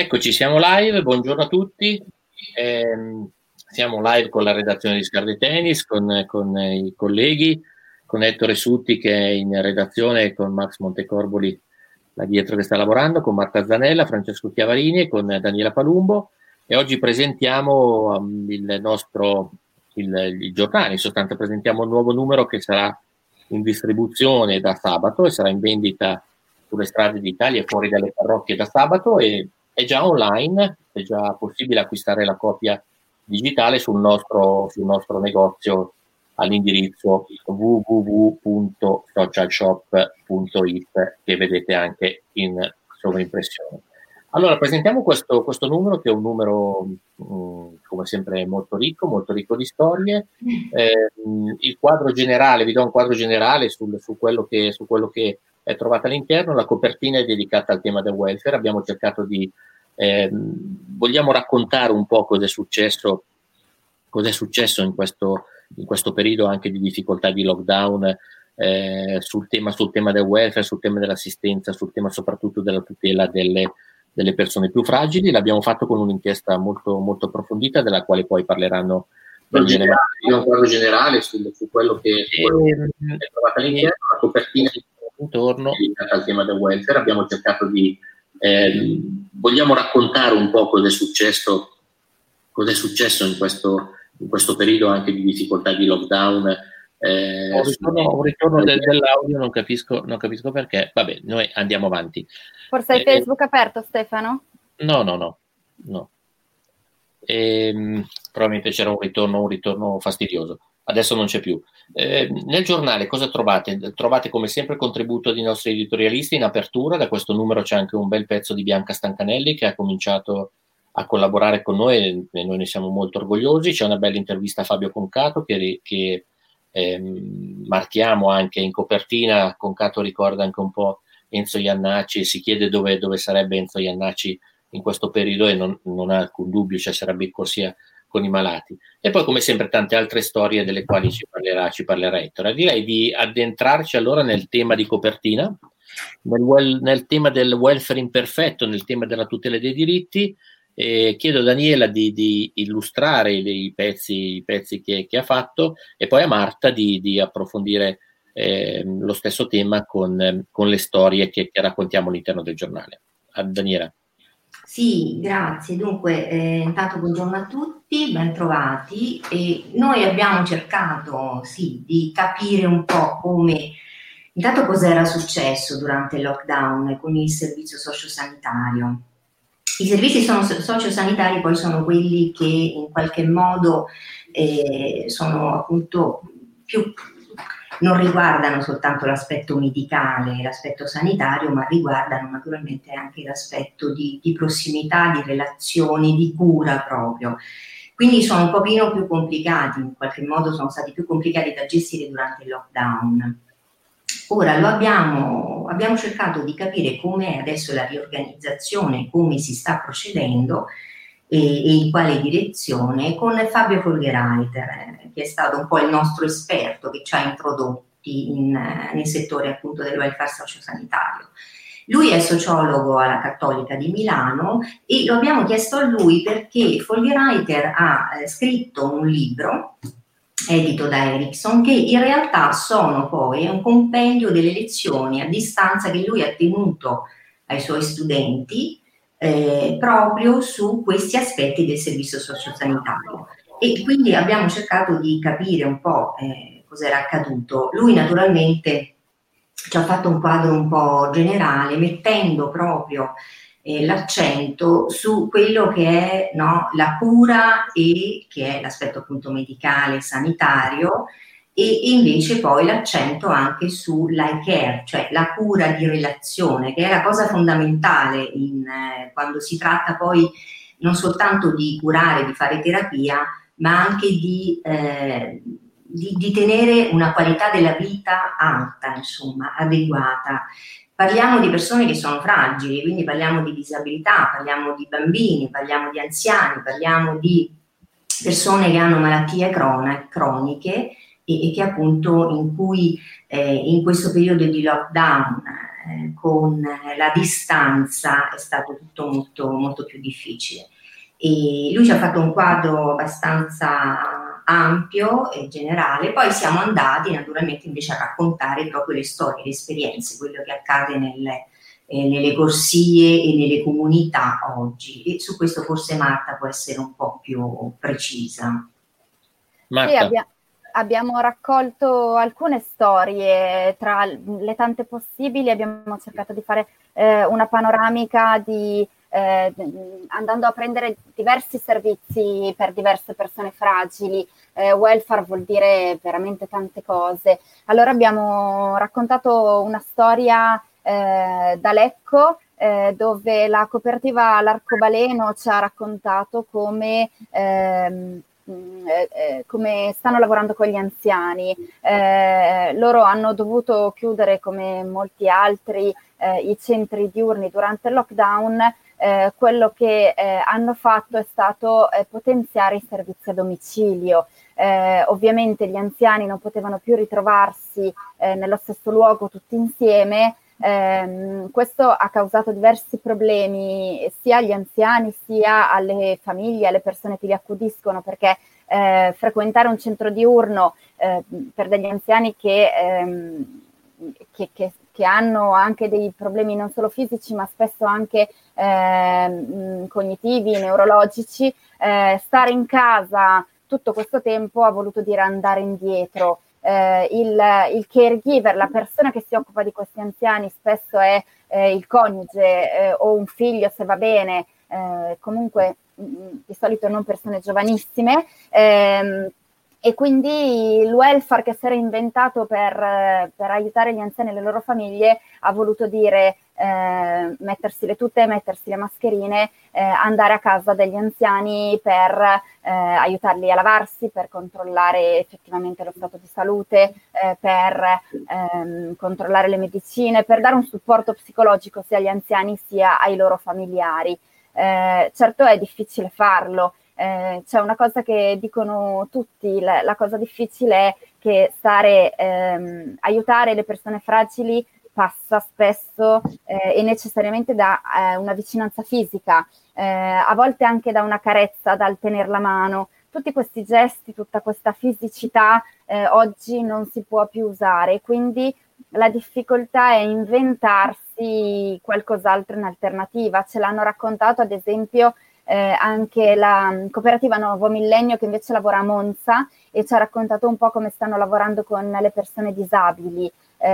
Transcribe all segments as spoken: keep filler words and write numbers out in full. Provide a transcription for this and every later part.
Eccoci, siamo live, buongiorno a tutti. Eh, siamo live con la redazione di Scardi Tennis, con, con i colleghi, con Ettore Sutti che è in redazione, con Max Montecorboli là dietro che sta lavorando, con Marta Zanella, Francesco Chiavarini e con Daniela Palumbo. E oggi presentiamo um, il nostro il, il giornale, in sostanza presentiamo un nuovo numero che sarà in distribuzione da sabato e sarà in vendita sulle strade d'Italia e fuori dalle parrocchie da sabato, e è già online, è già possibile acquistare la copia digitale sul nostro, sul nostro negozio all'indirizzo w w w punto social shop punto i t che vedete anche in sovraimpressione. Allora, presentiamo questo, questo numero che è un numero mh, come sempre molto ricco, molto ricco di storie. Eh, il quadro generale, vi do un quadro generale sul, su, quello che, su quello che è trovato all'interno. La copertina è dedicata al tema del welfare. Abbiamo cercato di eh, vogliamo raccontare un po' cosa è successo cosa è successo in questo, in questo periodo anche di difficoltà di lockdown, eh, sul tema sul tema del welfare, sul tema dell'assistenza, sul tema soprattutto della tutela delle, delle persone più fragili. L'abbiamo fatto con un'inchiesta molto, molto approfondita, della quale poi parleranno generale, un quadro generale su, su quello che, su quello che è trovato all'interno, la copertina intorno al tema del welfare. Abbiamo cercato di eh, vogliamo raccontare un po' cosa è successo cosa è successo in questo, in questo periodo anche di difficoltà di lockdown. Eh, un ritorno, un ritorno del, dell'audio, non capisco, non capisco perché. Vabbè, noi andiamo avanti. Forse hai eh, Facebook aperto, Stefano? No, no, no, no. Ehm, probabilmente c'era un ritorno, un ritorno fastidioso. Adesso non c'è più. Eh, nel giornale cosa trovate? Trovate come sempre il contributo dei nostri editorialisti. In apertura da questo numero c'è anche un bel pezzo di Bianca Stancanelli, che ha cominciato a collaborare con noi e noi ne siamo molto orgogliosi. C'è una bella intervista a Fabio Concato che, che ehm, marchiamo anche in copertina. Concato ricorda anche un po' Enzo Iannacci e si chiede dove, dove sarebbe Enzo Iannacci in questo periodo, e non, non ha alcun dubbio, cioè sarebbe in corsia con i malati. E poi come sempre tante altre storie delle quali ci parlerà, ci parlerà Ettore. Direi di addentrarci allora nel tema di copertina, nel, well, nel tema del welfare imperfetto, nel tema della tutela dei diritti. Eh, chiedo a Daniela di, di illustrare i pezzi, i pezzi che, che ha fatto, e poi a Marta di, di approfondire eh, lo stesso tema con, con le storie che, che raccontiamo all'interno del giornale. A Daniela. Sì, grazie. Dunque, eh, intanto buongiorno a tutti, ben trovati. E noi abbiamo cercato, sì, di capire un po' come, intanto cos'era successo durante il lockdown con il servizio sociosanitario. I servizi sono, sociosanitari poi sono quelli che in qualche modo eh, sono appunto più... non riguardano soltanto l'aspetto medicale, l'aspetto sanitario, ma riguardano naturalmente anche l'aspetto di, di prossimità, di relazioni, di cura proprio. Quindi sono un pochino più complicati, in qualche modo sono stati più complicati da gestire durante il lockdown. Ora lo abbiamo, abbiamo cercato di capire com'è adesso la riorganizzazione, come si sta procedendo e, e in quale direzione, con Fabio Folgerreiter, che è stato un po' il nostro esperto che ci ha introdotti in, nel settore appunto del welfare sociosanitario. Lui è sociologo alla Cattolica di Milano e lo abbiamo chiesto a lui perché Folgerreiter ha eh, scritto un libro edito da Erickson, che in realtà sono poi un compendio delle lezioni a distanza che lui ha tenuto ai suoi studenti eh, proprio su questi aspetti del servizio sociosanitario. E quindi abbiamo cercato di capire un po' eh, cos'era accaduto. Lui naturalmente ci ha fatto un quadro un po' generale, mettendo proprio eh, l'accento su quello che è, no, la cura e che è l'aspetto appunto medicale, sanitario, e, e invece poi l'accento anche sull'eye care, cioè la cura di relazione, che è la cosa fondamentale in, eh, quando si tratta poi non soltanto di curare, di fare terapia, ma anche di... Eh, Di, di tenere una qualità della vita alta, insomma, adeguata. Parliamo di persone che sono fragili, quindi parliamo di disabilità, parliamo di bambini, parliamo di anziani, parliamo di persone che hanno malattie croniche e, e che appunto in cui eh, in questo periodo di lockdown eh, con la distanza è stato tutto molto, molto più difficile. E lui ci ha fatto un quadro abbastanza ampio e generale, poi siamo andati naturalmente invece a raccontare proprio le storie, le esperienze, quello che accade nelle, eh, nelle corsie e nelle comunità oggi, e su questo forse Marta può essere un po' più precisa. Marta. Sì, abbia- abbiamo raccolto alcune storie, tra le tante possibili abbiamo cercato di fare eh, una panoramica di Eh, andando a prendere diversi servizi per diverse persone fragili. Eh, welfare vuol dire veramente tante cose. Allora abbiamo raccontato una storia eh, da Lecco, eh, dove la cooperativa L'Arcobaleno ci ha raccontato come ehm, Eh, come stanno lavorando con gli anziani. Eh, loro hanno dovuto chiudere, come molti altri, eh, i centri diurni durante il lockdown. Eh, quello che eh, hanno fatto è stato eh, potenziare i servizi a domicilio. Eh, ovviamente gli anziani non potevano più ritrovarsi eh, nello stesso luogo tutti insieme. Eh, questo ha causato diversi problemi sia agli anziani sia alle famiglie, alle persone che li accudiscono, perché eh, frequentare un centro diurno eh, per degli anziani che, ehm, che, che, che hanno anche dei problemi non solo fisici ma spesso anche eh, cognitivi, neurologici, eh, stare in casa tutto questo tempo ha voluto dire andare indietro. Eh, il, il caregiver, la persona che si occupa di questi anziani, spesso è eh, il coniuge eh, o un figlio se va bene, eh, comunque mh, di solito non persone giovanissime, ehm, e quindi il welfare che si era inventato per, per aiutare gli anziani e le loro famiglie ha voluto dire eh, mettersi le tute, mettersi le mascherine, eh, andare a casa degli anziani per eh, aiutarli a lavarsi, per controllare effettivamente lo stato di salute, eh, per ehm, controllare le medicine, per dare un supporto psicologico sia agli anziani sia ai loro familiari. Eh, certo è difficile farlo. Eh, c'è una cosa che dicono tutti, la, la cosa difficile è che stare, ehm, aiutare le persone fragili passa spesso eh, e necessariamente da eh, una vicinanza fisica, eh, a volte anche da una carezza, dal tenere la mano. Tutti questi gesti, tutta questa fisicità eh, oggi non si può più usare, quindi la difficoltà è inventarsi qualcos'altro in alternativa. Ce l'hanno raccontato ad esempio Eh, anche la cooperativa Nuovo Millennio, che invece lavora a Monza, e ci ha raccontato un po' come stanno lavorando con le persone disabili.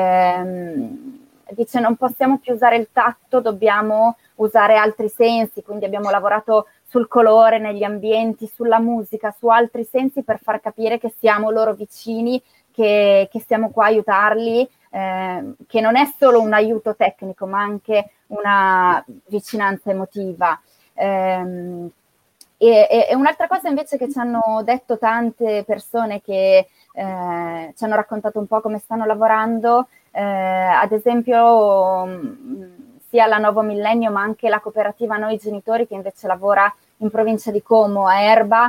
Eh, dice non possiamo più usare il tatto, dobbiamo usare altri sensi, quindi abbiamo lavorato sul colore negli ambienti, sulla musica, su altri sensi per far capire che siamo loro vicini, che, che siamo qua a aiutarli, eh, che non è solo un aiuto tecnico ma anche una vicinanza emotiva. Um, e, e un'altra cosa invece che ci hanno detto tante persone che eh, ci hanno raccontato un po' come stanno lavorando, eh, ad esempio mh, sia la Nuovo Millennio ma anche la cooperativa Noi Genitori, che invece lavora in provincia di Como a Erba,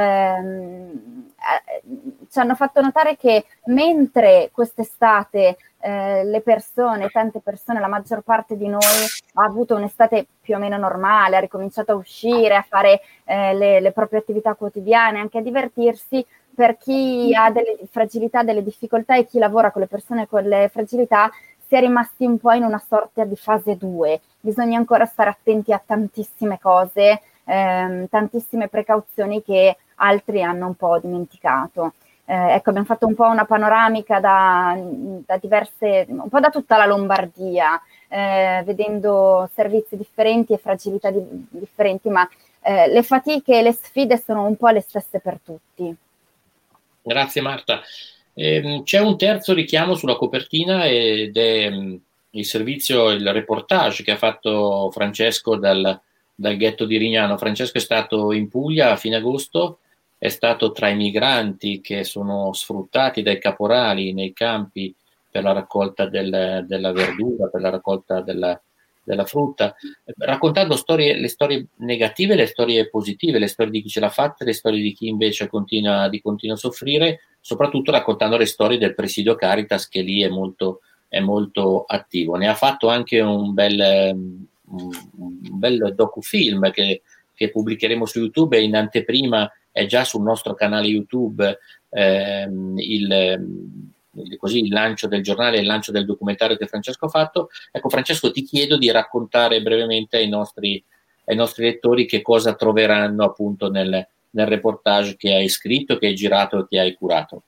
ehm, eh, ci hanno fatto notare che mentre quest'estate eh, le persone, tante persone, la maggior parte di noi ha avuto un'estate più o meno normale, ha ricominciato a uscire, a fare eh, le, le proprie attività quotidiane, anche a divertirsi, per chi ha delle fragilità, delle difficoltà e chi lavora con le persone con le fragilità si è rimasti un po' in una sorta di fase due. Bisogna ancora stare attenti a tantissime cose, ehm, tantissime precauzioni che altri hanno un po' dimenticato. Eh, ecco, abbiamo fatto un po' una panoramica da, da diverse, un po' da tutta la Lombardia, eh, vedendo servizi differenti e fragilità di, differenti, ma eh, le fatiche e le sfide sono un po' le stesse per tutti. Grazie Marta. Eh, c'è un terzo richiamo sulla copertina ed è mh, il servizio, il reportage che ha fatto Francesco dal, dal ghetto di Rignano. Francesco è stato in Puglia a fine agosto, è stato tra i migranti che sono sfruttati dai caporali nei campi per la raccolta del, della verdura, per la raccolta della, della frutta, raccontando storie, le storie negative, le storie positive, le storie di chi ce l'ha fatta, le storie di chi invece continua, di continua a soffrire, soprattutto raccontando le storie del presidio Caritas, che lì è molto, è molto attivo. Ne ha fatto anche un bel, un, un bel docufilm che, che pubblicheremo su YouTube, e in anteprima è già sul nostro canale YouTube ehm, il, il, così, il lancio del giornale, il lancio del documentario che Francesco ha fatto. Ecco, Francesco, ti chiedo di raccontare brevemente ai nostri, ai nostri lettori che cosa troveranno appunto nel, nel reportage che hai scritto, che hai girato e che hai curato.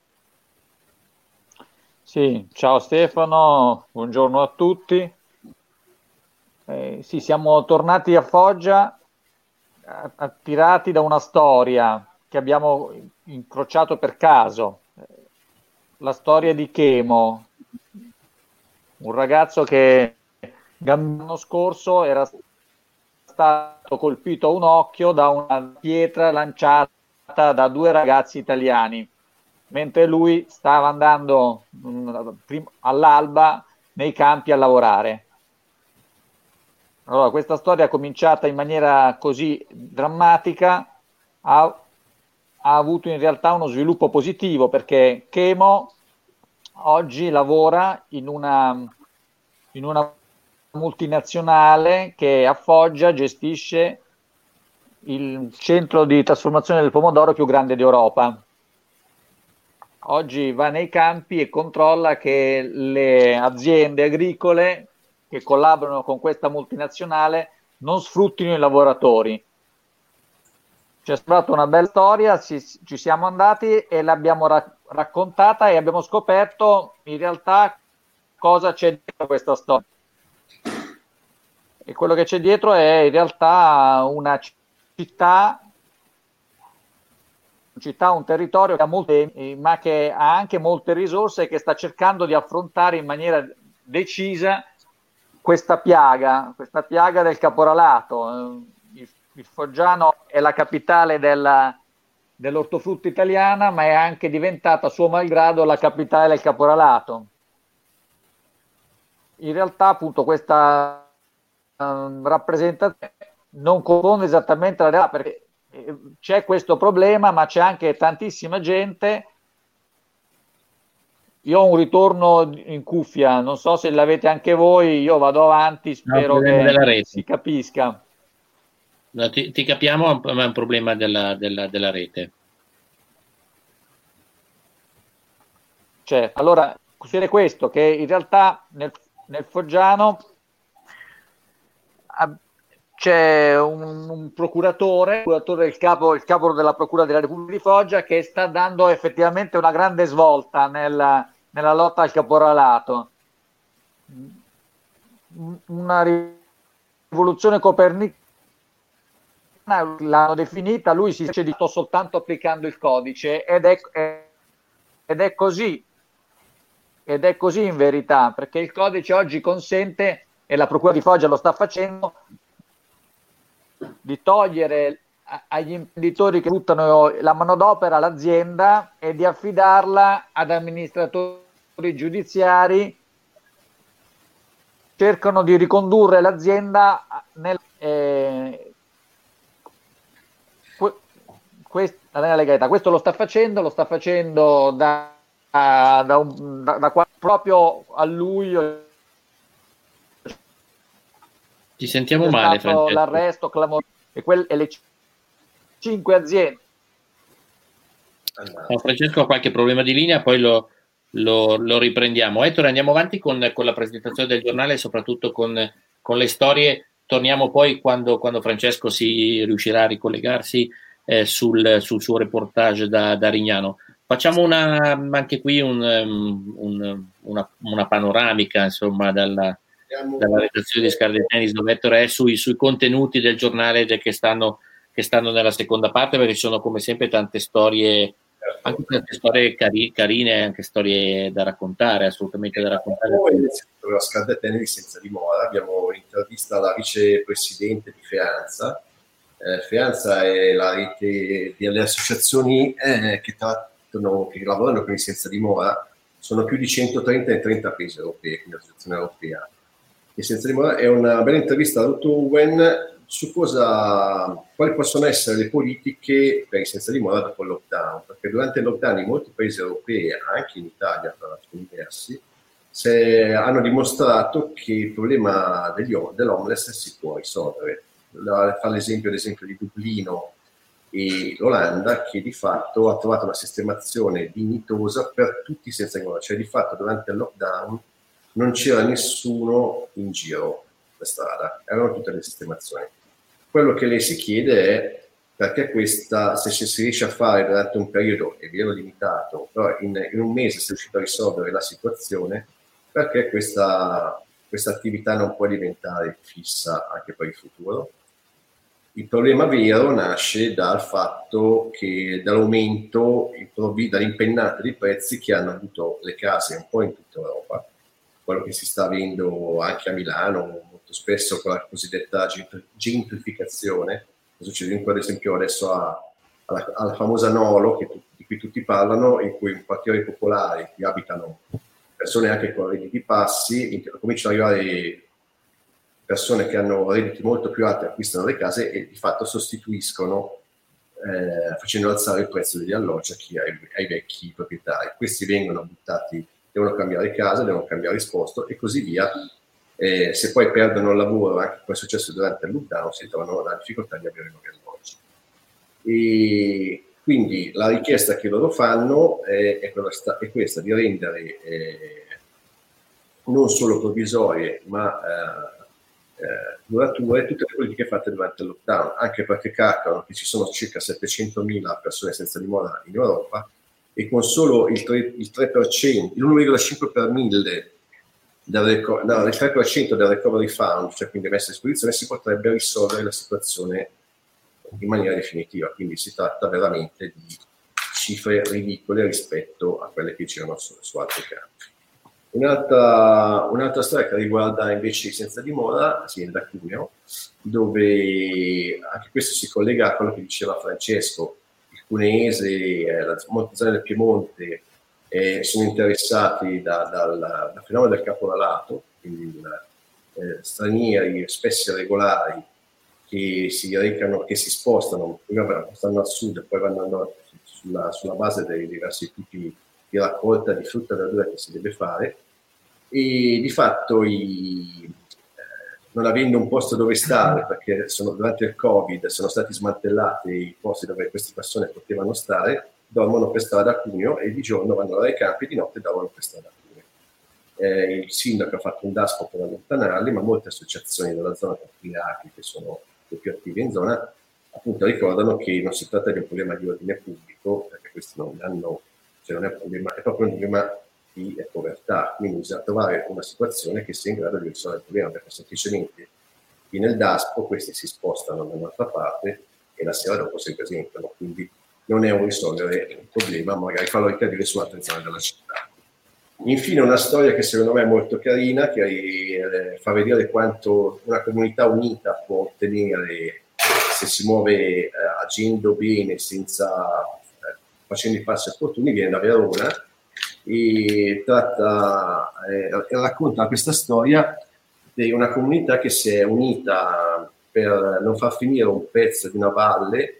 Sì, ciao Stefano, buongiorno a tutti. Eh, sì, siamo tornati a Foggia attirati da una storia che abbiamo incrociato per caso, la storia di Chemo, un ragazzo che l'anno scorso era stato colpito a un occhio da una pietra lanciata da due ragazzi italiani, mentre lui stava andando all'alba nei campi a lavorare. Allora, questa storia, cominciata in maniera così drammatica, ha, ha avuto in realtà uno sviluppo positivo, perché Chemo oggi lavora in una, in una multinazionale che a Foggia gestisce il centro di trasformazione del pomodoro più grande d'Europa. Oggi va nei campi e controlla che le aziende agricole che collaborano con questa multinazionale non sfruttino i lavoratori. Ci è stata una bella storia, ci, ci siamo andati e l'abbiamo ra- raccontata e abbiamo scoperto in realtà cosa c'è dietro questa storia. E quello che c'è dietro è in realtà una città città, un territorio che ha molte, ma che ha anche molte risorse e che sta cercando di affrontare in maniera decisa questa piaga, questa piaga del caporalato. Il, il Foggiano è la capitale della, dell'ortofrutta italiana, ma è anche diventata, a suo malgrado, la capitale del caporalato. In realtà, appunto, questa um, rappresentazione non corrisponde esattamente alla realtà, perché c'è questo problema, ma c'è anche tantissima gente. Io ho un ritorno in cuffia, non so se l'avete anche voi, io vado avanti, spero no, che si capisca. No, ti, ti capiamo, ma è un problema della, della, della rete. Cioè, allora, succede questo, che in realtà nel, nel Foggiano c'è un, un procuratore, il procuratore del capo, il capo della Procura della Repubblica di Foggia, che sta dando effettivamente una grande svolta nella, nella lotta al caporalato. Una rivoluzione copernicana l'hanno definita, lui si dice di sto soltanto applicando il codice, ed è, ed è così, ed è così in verità, perché il codice oggi consente, e la Procura di Foggia lo sta facendo, di togliere agli imprenditori che buttano la manodopera all'azienda e di affidarla ad amministratori giudiziari. Cercano di ricondurre l'azienda nel eh, que, questa nella legalità. Questo lo sta facendo, lo sta facendo da, da, un, da, da proprio a luglio. Ti sentiamo male, Francesco. L'arresto clamoroso e, quel, e le c- cinque aziende. No, Francesco ha qualche problema di linea, poi lo, lo, lo riprendiamo. Ettore, andiamo avanti con, con la presentazione del giornale e soprattutto con, con le storie. Torniamo poi quando, quando Francesco si riuscirà a ricollegarsi eh, sul, sul suo reportage da, da Rignano. Facciamo una, anche qui un, un, una, una panoramica, insomma, dalla dalla redazione di Scarlet Tennis, dove Ettore è sui, sui contenuti del giornale che stanno, che stanno nella seconda parte, perché ci sono come sempre tante storie, anche tante storie cari, carine, anche storie da raccontare, assolutamente da raccontare. Noi la Scarlet Tennis senza dimora abbiamo un'intervista alla vicepresidente di Feanza. Eh, Feanza è la rete delle associazioni eh, che trattano, che lavorano con i senza dimora, sono più di centotrenta in trenta paesi europei, quindi l'associazione europea. E senza dimora è una bella intervista al dottor Owen su cosa, quali possono essere le politiche per i senza dimora dopo il lockdown, perché durante il lockdown in molti paesi europei, anche in Italia per alcuni versi, se hanno dimostrato che il problema degli, dell'homeless si può risolvere. Fa l'esempio, ad esempio di Dublino e l'Olanda, che di fatto ha trovato una sistemazione dignitosa per tutti senza dimora, cioè di fatto durante il lockdown non c'era nessuno in giro per strada, erano tutte le sistemazioni. Quello che lei si chiede è perché questa, se si riesce a fare durante un periodo, è vero limitato, però in, in un mese si è riuscito a risolvere la situazione, perché questa, questa attività non può diventare fissa anche per il futuro. Il problema vero nasce dal fatto che dall'aumento, dall'impennata di prezzi che hanno avuto le case un po' in tutta Europa, quello che si sta avendo anche a Milano molto spesso con la cosiddetta gentrificazione. Succede ad esempio adesso a, alla, alla famosa Nolo, che, di cui tutti parlano, in cui in quartieri popolari che abitano persone anche con redditi bassi, cominciano ad arrivare persone che hanno redditi molto più alti, acquistano le case e di fatto sostituiscono, eh, facendo alzare il prezzo degli alloggi ai, ai vecchi proprietari. Questi vengono buttati, devono cambiare casa, devono cambiare esposto e così via. Eh, se poi perdono il lavoro, anche come è successo durante il lockdown, si trovano la difficoltà di avere nuovi alloggi. E quindi la richiesta che loro fanno è, è, questa, è questa, di rendere eh, non solo provvisorie, ma eh, eh, durature tutte le politiche fatte durante il lockdown, anche perché calcolano che ci sono circa settecentomila persone senza dimora in Europa e con solo il tre, il tre per cento, il uno virgola cinque per mille del, no, il tre per cento del recovery fund, cioè quindi messa a disposizione, si potrebbe risolvere la situazione in maniera definitiva. Quindi si tratta veramente di cifre ridicole rispetto a quelle che c'erano su, su altri campi. Un'altra, un'altra storia che riguarda invece i senza dimora, azienda Cuneo, dove anche questo si collega a quello che diceva Francesco, il cuneese, eh, la, molte zone del Piemonte eh, sono interessati da, dal, dal fenomeno del caporalato, quindi eh, stranieri, spesso irregolari, che si recano, che si spostano, prima stanno al sud e poi vanno sulla, sulla base dei diversi tipi di raccolta di frutta e verdura che si deve fare, e di fatto i, eh, non avendo un posto dove stare, perché sono, durante il Covid sono stati smantellati i posti dove queste persone potevano stare, dormono per strada a Cuneo e di giorno vanno dai campi e di notte dormono per strada a Cuneo. Eh, il sindaco ha fatto un DASPO per allontanarli, ma molte associazioni della zona patriarchi che sono le più attive in zona appunto ricordano che non si tratta di un problema di ordine pubblico, perché questi non hanno, cioè non è un problema, è proprio un problema di povertà, quindi bisogna trovare una situazione che sia in grado di risolvere il problema, perché semplicemente nel DASPO questi si spostano da un'altra parte e la sera dopo si presentano, quindi non è un risolvere un problema, magari farlo ricadere su altre zone della città. Infine una storia che secondo me è molto carina, che eh, fa vedere quanto una comunità unita può ottenere se si muove eh, agendo bene, senza eh, facendo i passi opportuni. Viene da Verona e tratta, eh, racconta questa storia di una comunità che si è unita per non far finire un pezzo di una valle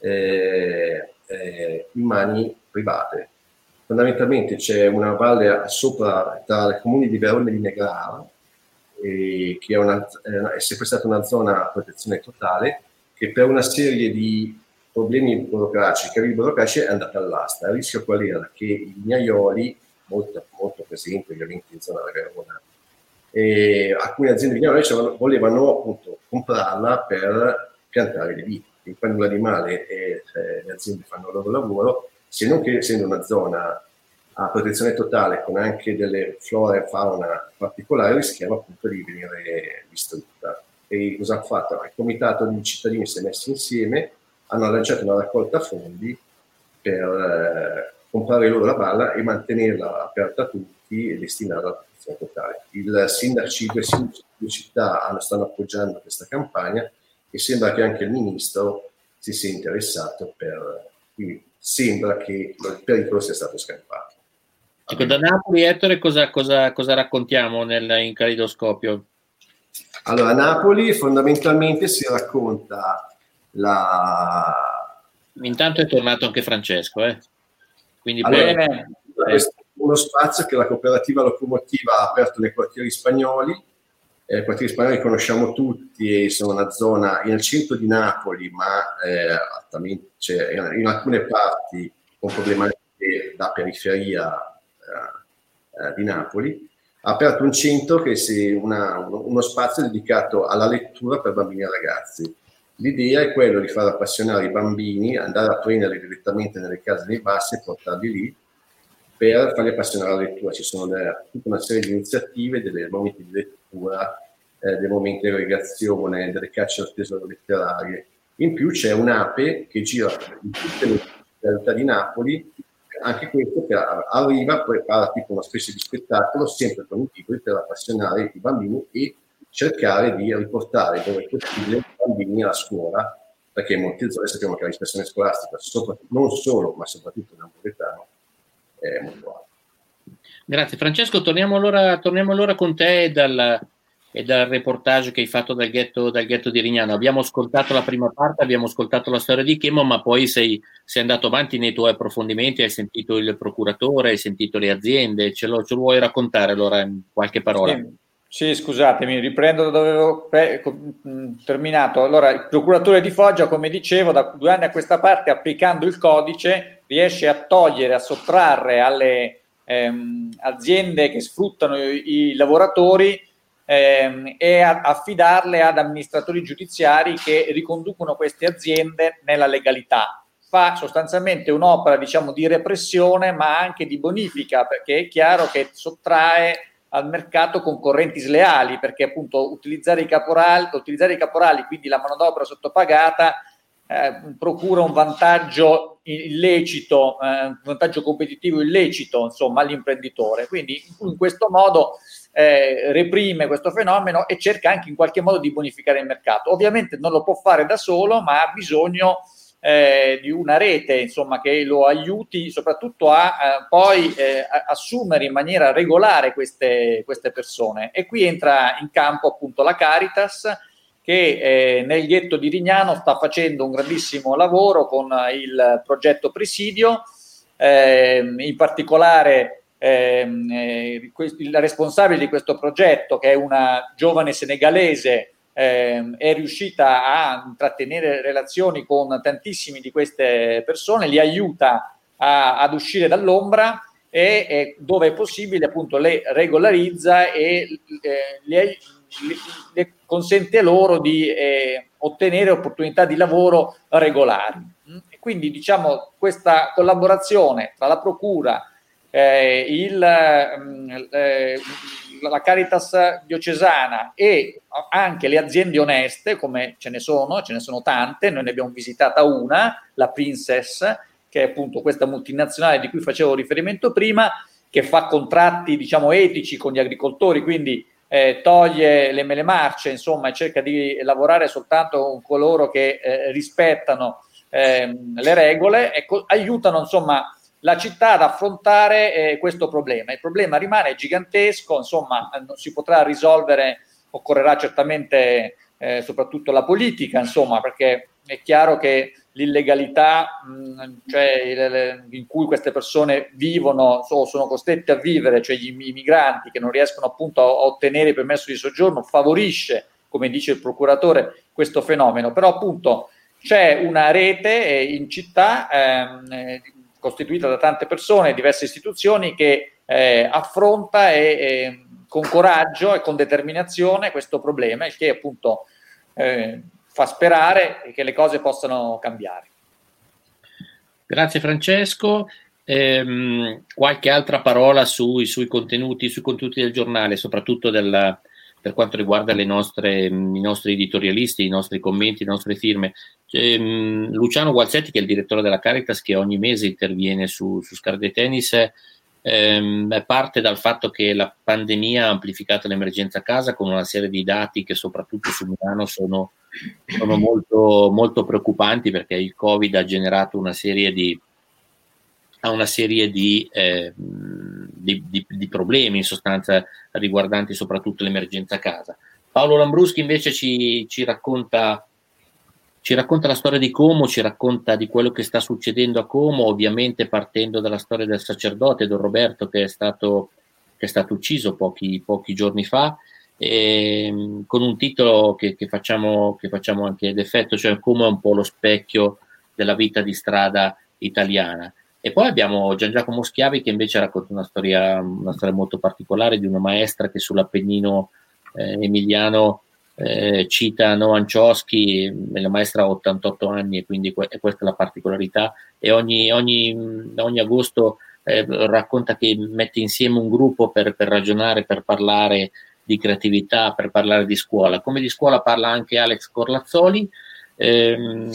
eh, eh, in mani private. Fondamentalmente c'è una valle sopra tra i comuni di Verona e di Negrara, eh, che è, una, è sempre stata una zona a protezione totale, che per una serie di problemi burocratici, cavilli burocratici, è andata all'asta. Il rischio qual era? Che i vignaioli, molto, molto presenti ovviamente in zona della Verona, e alcune aziende vignaiole volevano appunto comprarla per piantare le vite. Quindi fanno l'animale e eh, le aziende fanno il loro lavoro, se non che essendo una zona a protezione totale con anche delle flora e fauna particolari rischiava appunto di venire distrutta. E cosa ha fatto? Il comitato di cittadini si è messo insieme, hanno lanciato una raccolta fondi per eh, comprare loro la valle e mantenerla aperta a tutti e destinarla alla protezione totale. Il sindaci, i due sindaci di città hanno, stanno appoggiando questa campagna e sembra che anche il ministro si sia interessato per... Quindi sembra che il pericolo sia stato scampato. Ecco, da Napoli, Ettore, cosa, cosa, cosa raccontiamo nel, in Calidoscopio? Allora, a Napoli fondamentalmente si racconta la... Intanto è tornato anche Francesco, eh? Quindi allora, bene. Questa, uno spazio che la cooperativa Locomotiva ha aperto nei quartieri spagnoli. Eh, I quartieri spagnoli conosciamo tutti e sono una zona nel centro di Napoli, ma eh, altamente, cioè, in alcune parti con problematiche da periferia eh, eh, di Napoli. Ha aperto un centro che è una, uno spazio dedicato alla lettura per bambini e ragazzi. L'idea è quello di far appassionare i bambini, andare a prenderli direttamente nelle case dei bassi e portarli lì per farli appassionare alla lettura. Ci sono delle, tutta una serie di iniziative, dei momenti di lettura, eh, dei momenti di aggregazione, delle cacce al tesoro letterarie. In più c'è un'ape che gira in tutte le città di Napoli, anche questo che arriva, poi parla tipo una specie di spettacolo, sempre con i titoli per appassionare i bambini e cercare di riportare dove è possibile i bambini alla scuola, perché in molte zone sappiamo che la dispersione scolastica, non solo, ma soprattutto nel napoletano, è molto alta. Grazie Francesco, torniamo allora, torniamo allora con te e dal, e dal reportage che hai fatto dal ghetto, dal ghetto di Rignano. Abbiamo ascoltato la prima parte, abbiamo ascoltato la storia di Chemo, ma poi sei, sei andato avanti nei tuoi approfondimenti, hai sentito il procuratore, hai sentito le aziende, ce lo, ce lo vuoi raccontare allora in qualche parola? Sì. Sì, scusatemi, riprendo da dove avevo pre- terminato. Allora, il procuratore di Foggia, come dicevo, da due anni a questa parte, applicando il codice, riesce a togliere, a sottrarre alle ehm, aziende che sfruttano i, i lavoratori ehm, e a affidarle ad amministratori giudiziari che riconducono queste aziende nella legalità. Fa sostanzialmente un'opera, diciamo, di repressione, ma anche di bonifica, perché è chiaro che sottrae al mercato concorrenti sleali, perché appunto utilizzare i caporali, utilizzare i caporali, quindi la manodopera sottopagata, eh, procura un vantaggio illecito, eh, un vantaggio competitivo illecito, insomma, all'imprenditore. Quindi in questo modo eh, reprime questo fenomeno e cerca anche in qualche modo di bonificare il mercato. Ovviamente non lo può fare da solo, ma ha bisogno Eh, di una rete, insomma, che lo aiuti soprattutto a eh, poi eh, a assumere in maniera regolare queste, queste persone. E qui entra in campo appunto la Caritas, che eh, nel ghetto di Rignano sta facendo un grandissimo lavoro con il progetto Presidio, eh, in particolare ehm, eh, il responsabile di questo progetto, che è una giovane senegalese, Eh, è riuscita a intrattenere relazioni con tantissimi di queste persone, li aiuta a, ad uscire dall'ombra e, e dove è possibile appunto le regolarizza e eh, le, le consente loro di eh, ottenere opportunità di lavoro regolari. E quindi diciamo questa collaborazione tra la procura, eh, il, eh, la Caritas diocesana e anche le aziende oneste, come ce ne sono, ce ne sono tante, noi ne abbiamo visitata una, la Princess, che è appunto questa multinazionale di cui facevo riferimento prima, che fa contratti, diciamo, etici con gli agricoltori, quindi eh, toglie le mele marce, insomma, e cerca di lavorare soltanto con coloro che eh, rispettano eh, le regole e co- aiutano, insomma, la città ad affrontare eh, questo problema. Il problema rimane gigantesco, insomma, non si potrà risolvere, occorrerà certamente eh, soprattutto la politica, insomma, perché è chiaro che l'illegalità, mh, cioè le, le, in cui queste persone vivono o sono costrette a vivere, cioè gli immigranti che non riescono appunto a, a ottenere il permesso di soggiorno, favorisce, come dice il procuratore, questo fenomeno. Però appunto c'è una rete eh, in città ehm, eh, costituita da tante persone, diverse istituzioni, che eh, affronta e, e con coraggio e con determinazione questo problema, il che appunto eh, fa sperare che le cose possano cambiare. Grazie Francesco. Ehm, qualche altra parola sui, sui contenuti, sui contenuti del giornale, soprattutto della, per quanto riguarda le nostre, i nostri editorialisti, i nostri commenti, le nostre firme. Ehm, Luciano Gualzetti, che è il direttore della Caritas, che ogni mese interviene su, su Scar de Tennis, ehm, parte dal fatto che la pandemia ha amplificato l'emergenza casa con una serie di dati che soprattutto su Milano sono, sono molto, molto preoccupanti, perché il Covid ha generato una serie di a una serie di, eh, di, di, di problemi in sostanza riguardanti soprattutto l'emergenza casa. Paolo Lambruschi invece ci, ci racconta ci racconta la storia di Como, ci racconta di quello che sta succedendo a Como, ovviamente partendo dalla storia del sacerdote Don Roberto che è stato, che è stato ucciso pochi, pochi giorni fa, e, con un titolo che, che, facciamo, che facciamo anche d'effetto, cioè Como è un po' lo specchio della vita di strada italiana. E poi abbiamo Gian Giacomo Schiavi che invece racconta una storia, una storia molto particolare di una maestra che sull'Appennino eh, emiliano eh, cita Noam Chomsky. La maestra ha ottantotto anni e quindi que- e questa è la particolarità, e ogni, ogni, ogni agosto eh, racconta che mette insieme un gruppo per, per ragionare, per parlare di creatività, per parlare di scuola. Come di scuola parla anche Alex Corlazzoli. Ehm,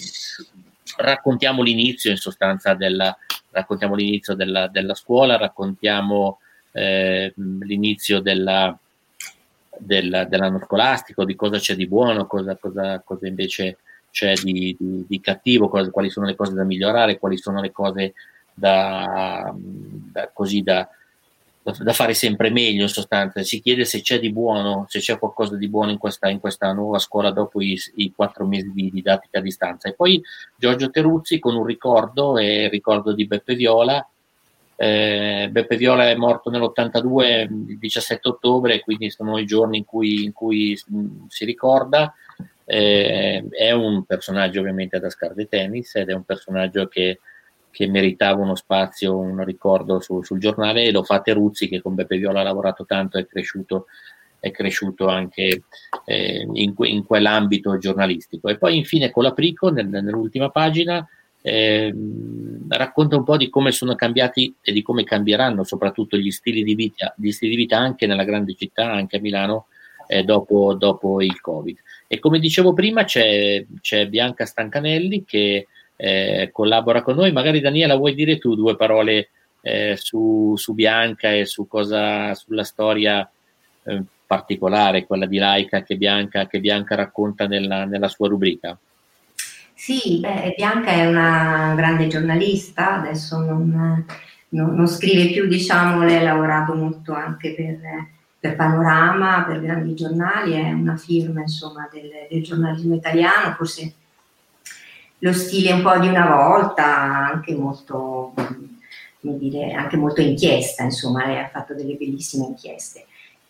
raccontiamo l'inizio in sostanza della, raccontiamo l'inizio della, della scuola, raccontiamo eh, l'inizio della, della, dell'anno scolastico, di cosa c'è di buono, cosa, cosa, cosa invece c'è di, di, di cattivo, cosa, quali sono le cose da migliorare, quali sono le cose da, da così da da fare sempre meglio. In sostanza si chiede se c'è di buono, se c'è qualcosa di buono in questa, in questa nuova scuola dopo i, i quattro mesi di didattica a distanza. E poi Giorgio Teruzzi con un ricordo, e il ricordo di Beppe Viola. eh, Beppe Viola è morto nell'ottantadue, il diciassette ottobre, quindi sono i giorni in cui, in cui mh, si ricorda. Eh, è un personaggio ovviamente da Scarde Tennis, ed è un personaggio che che meritava uno spazio, un ricordo su, sul giornale, e lo fa Teruzzi che con Beppe Viola ha lavorato tanto, è cresciuto, è cresciuto anche eh, in, que, in quell'ambito giornalistico. E poi infine Colaprico nel, nell'ultima pagina eh, racconta un po' di come sono cambiati e di come cambieranno soprattutto gli stili di vita, gli stili di vita anche nella grande città, anche a Milano, eh, dopo, dopo il Covid. E come dicevo prima c'è, c'è Bianca Stancanelli che Eh, collabora con noi. Magari Daniela vuoi dire tu due parole eh, su, su Bianca e su cosa, sulla storia eh, particolare, quella di Laika che Bianca, che Bianca racconta nella, nella sua rubrica? Sì, beh, Bianca è una grande giornalista, adesso non, non, non scrive più, diciamo, lei ha lavorato molto anche per, per Panorama, per grandi giornali, è una firma insomma del, del giornalismo italiano, forse lo stile un po' di una volta, anche molto, come dire, anche molto inchiesta, insomma, lei ha fatto delle bellissime inchieste.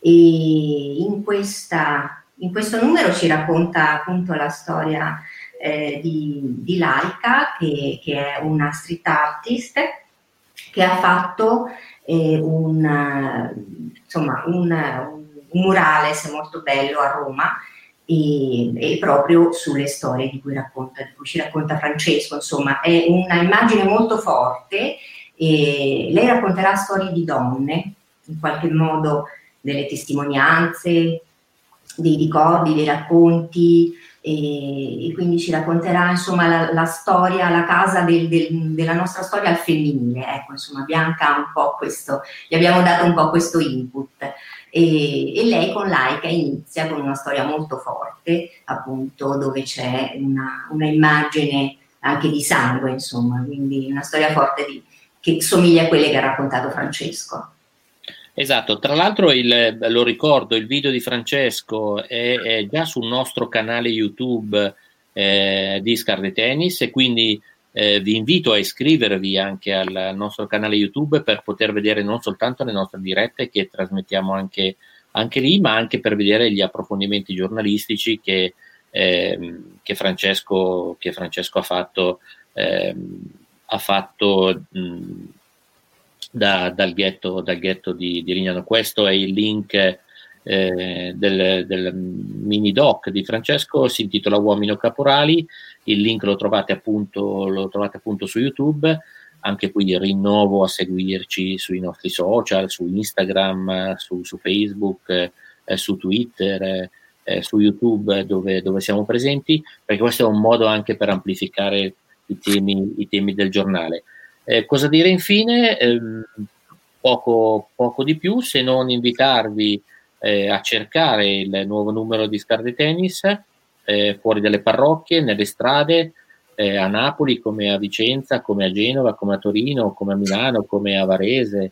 E in, questa, in questo numero ci racconta appunto la storia eh, di, di Laika, che, che è una street artist, che ha fatto eh, un, insomma, un, un murales molto bello a Roma, E, e proprio sulle storie di cui, racconta, di cui ci racconta Francesco. Insomma, è una immagine molto forte, e lei racconterà storie di donne, in qualche modo delle testimonianze, dei ricordi, dei racconti, e, e quindi ci racconterà insomma la, la storia, la casa del, del, della nostra storia al femminile. Ecco, insomma, Bianca ha un po' questo, gli abbiamo dato un po' questo input. E, e lei con Laika inizia con una storia molto forte, appunto, dove c'è una, una immagine anche di sangue, insomma, quindi una storia forte di, che somiglia a quelle che ha raccontato Francesco. Esatto, tra l'altro il, lo ricordo, il video di Francesco è, è già sul nostro canale YouTube eh, di Scarde Tennis, e quindi Eh, vi invito a iscrivervi anche al nostro canale YouTube per poter vedere non soltanto le nostre dirette che trasmettiamo anche, anche lì, ma anche per vedere gli approfondimenti giornalistici che, eh, che, Francesco, che Francesco ha fatto, eh, ha fatto mh, da, dal ghetto, dal ghetto di, di Lignano. Questo è il link eh, del, del mini doc di Francesco, si intitola Uomini o Caporali. Il link lo trovate appunto, lo trovate appunto su YouTube. Anche qui rinnovo a seguirci sui nostri social, su Instagram, su, su Facebook, eh, su Twitter, eh, su YouTube, dove, dove siamo presenti, perché questo è un modo anche per amplificare i temi, i temi del giornale. Eh, cosa dire infine? Eh, poco, poco di più, se non invitarvi eh, a cercare il nuovo numero di Scarde Tennis eh, fuori dalle parrocchie, nelle strade, eh, a Napoli come a Vicenza, come a Genova, come a Torino, come a Milano, come a Varese,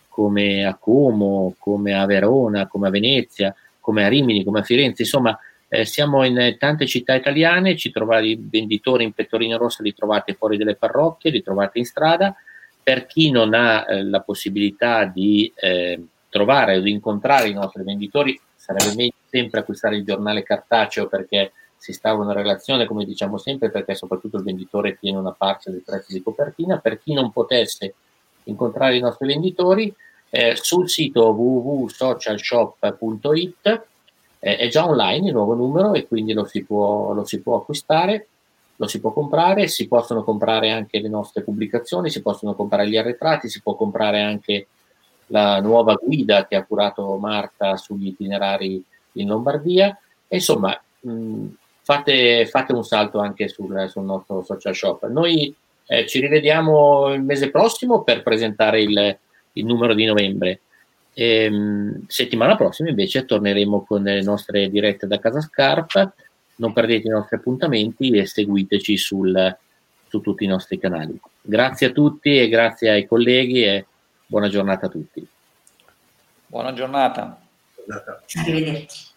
come a Como, come a Verona, come a Venezia, come a Rimini, come a Firenze. Insomma, Eh, siamo in tante città italiane, ci trovate i venditori in pettorina rossa, li trovate fuori dalle parrocchie, li trovate in strada. Per chi non ha eh, la possibilità di eh, trovare o di incontrare i nostri venditori, sarebbe meglio sempre acquistare il giornale cartaceo, perché si instaura una relazione, come diciamo sempre, perché soprattutto il venditore tiene una parte del prezzo di copertina. Per chi non potesse incontrare i nostri venditori, eh, sul sito w w w punto social shop punto i t eh, è già online il nuovo numero e quindi lo si può, lo si può acquistare, lo si può comprare, si possono comprare anche le nostre pubblicazioni, si possono comprare gli arretrati, si può comprare anche la nuova guida che ha curato Marta sugli itinerari in Lombardia. E insomma, mh, fate, fate un salto anche sul, sul nostro social shop. Noi eh, ci rivediamo il mese prossimo per presentare il, il numero di novembre. E, mh, settimana prossima invece torneremo con le nostre dirette da Casa Scarpa. Non perdete i nostri appuntamenti e seguiteci sul, su tutti i nostri canali. Grazie a tutti e grazie ai colleghi e buona giornata a tutti. Buona giornata. Arrivederci.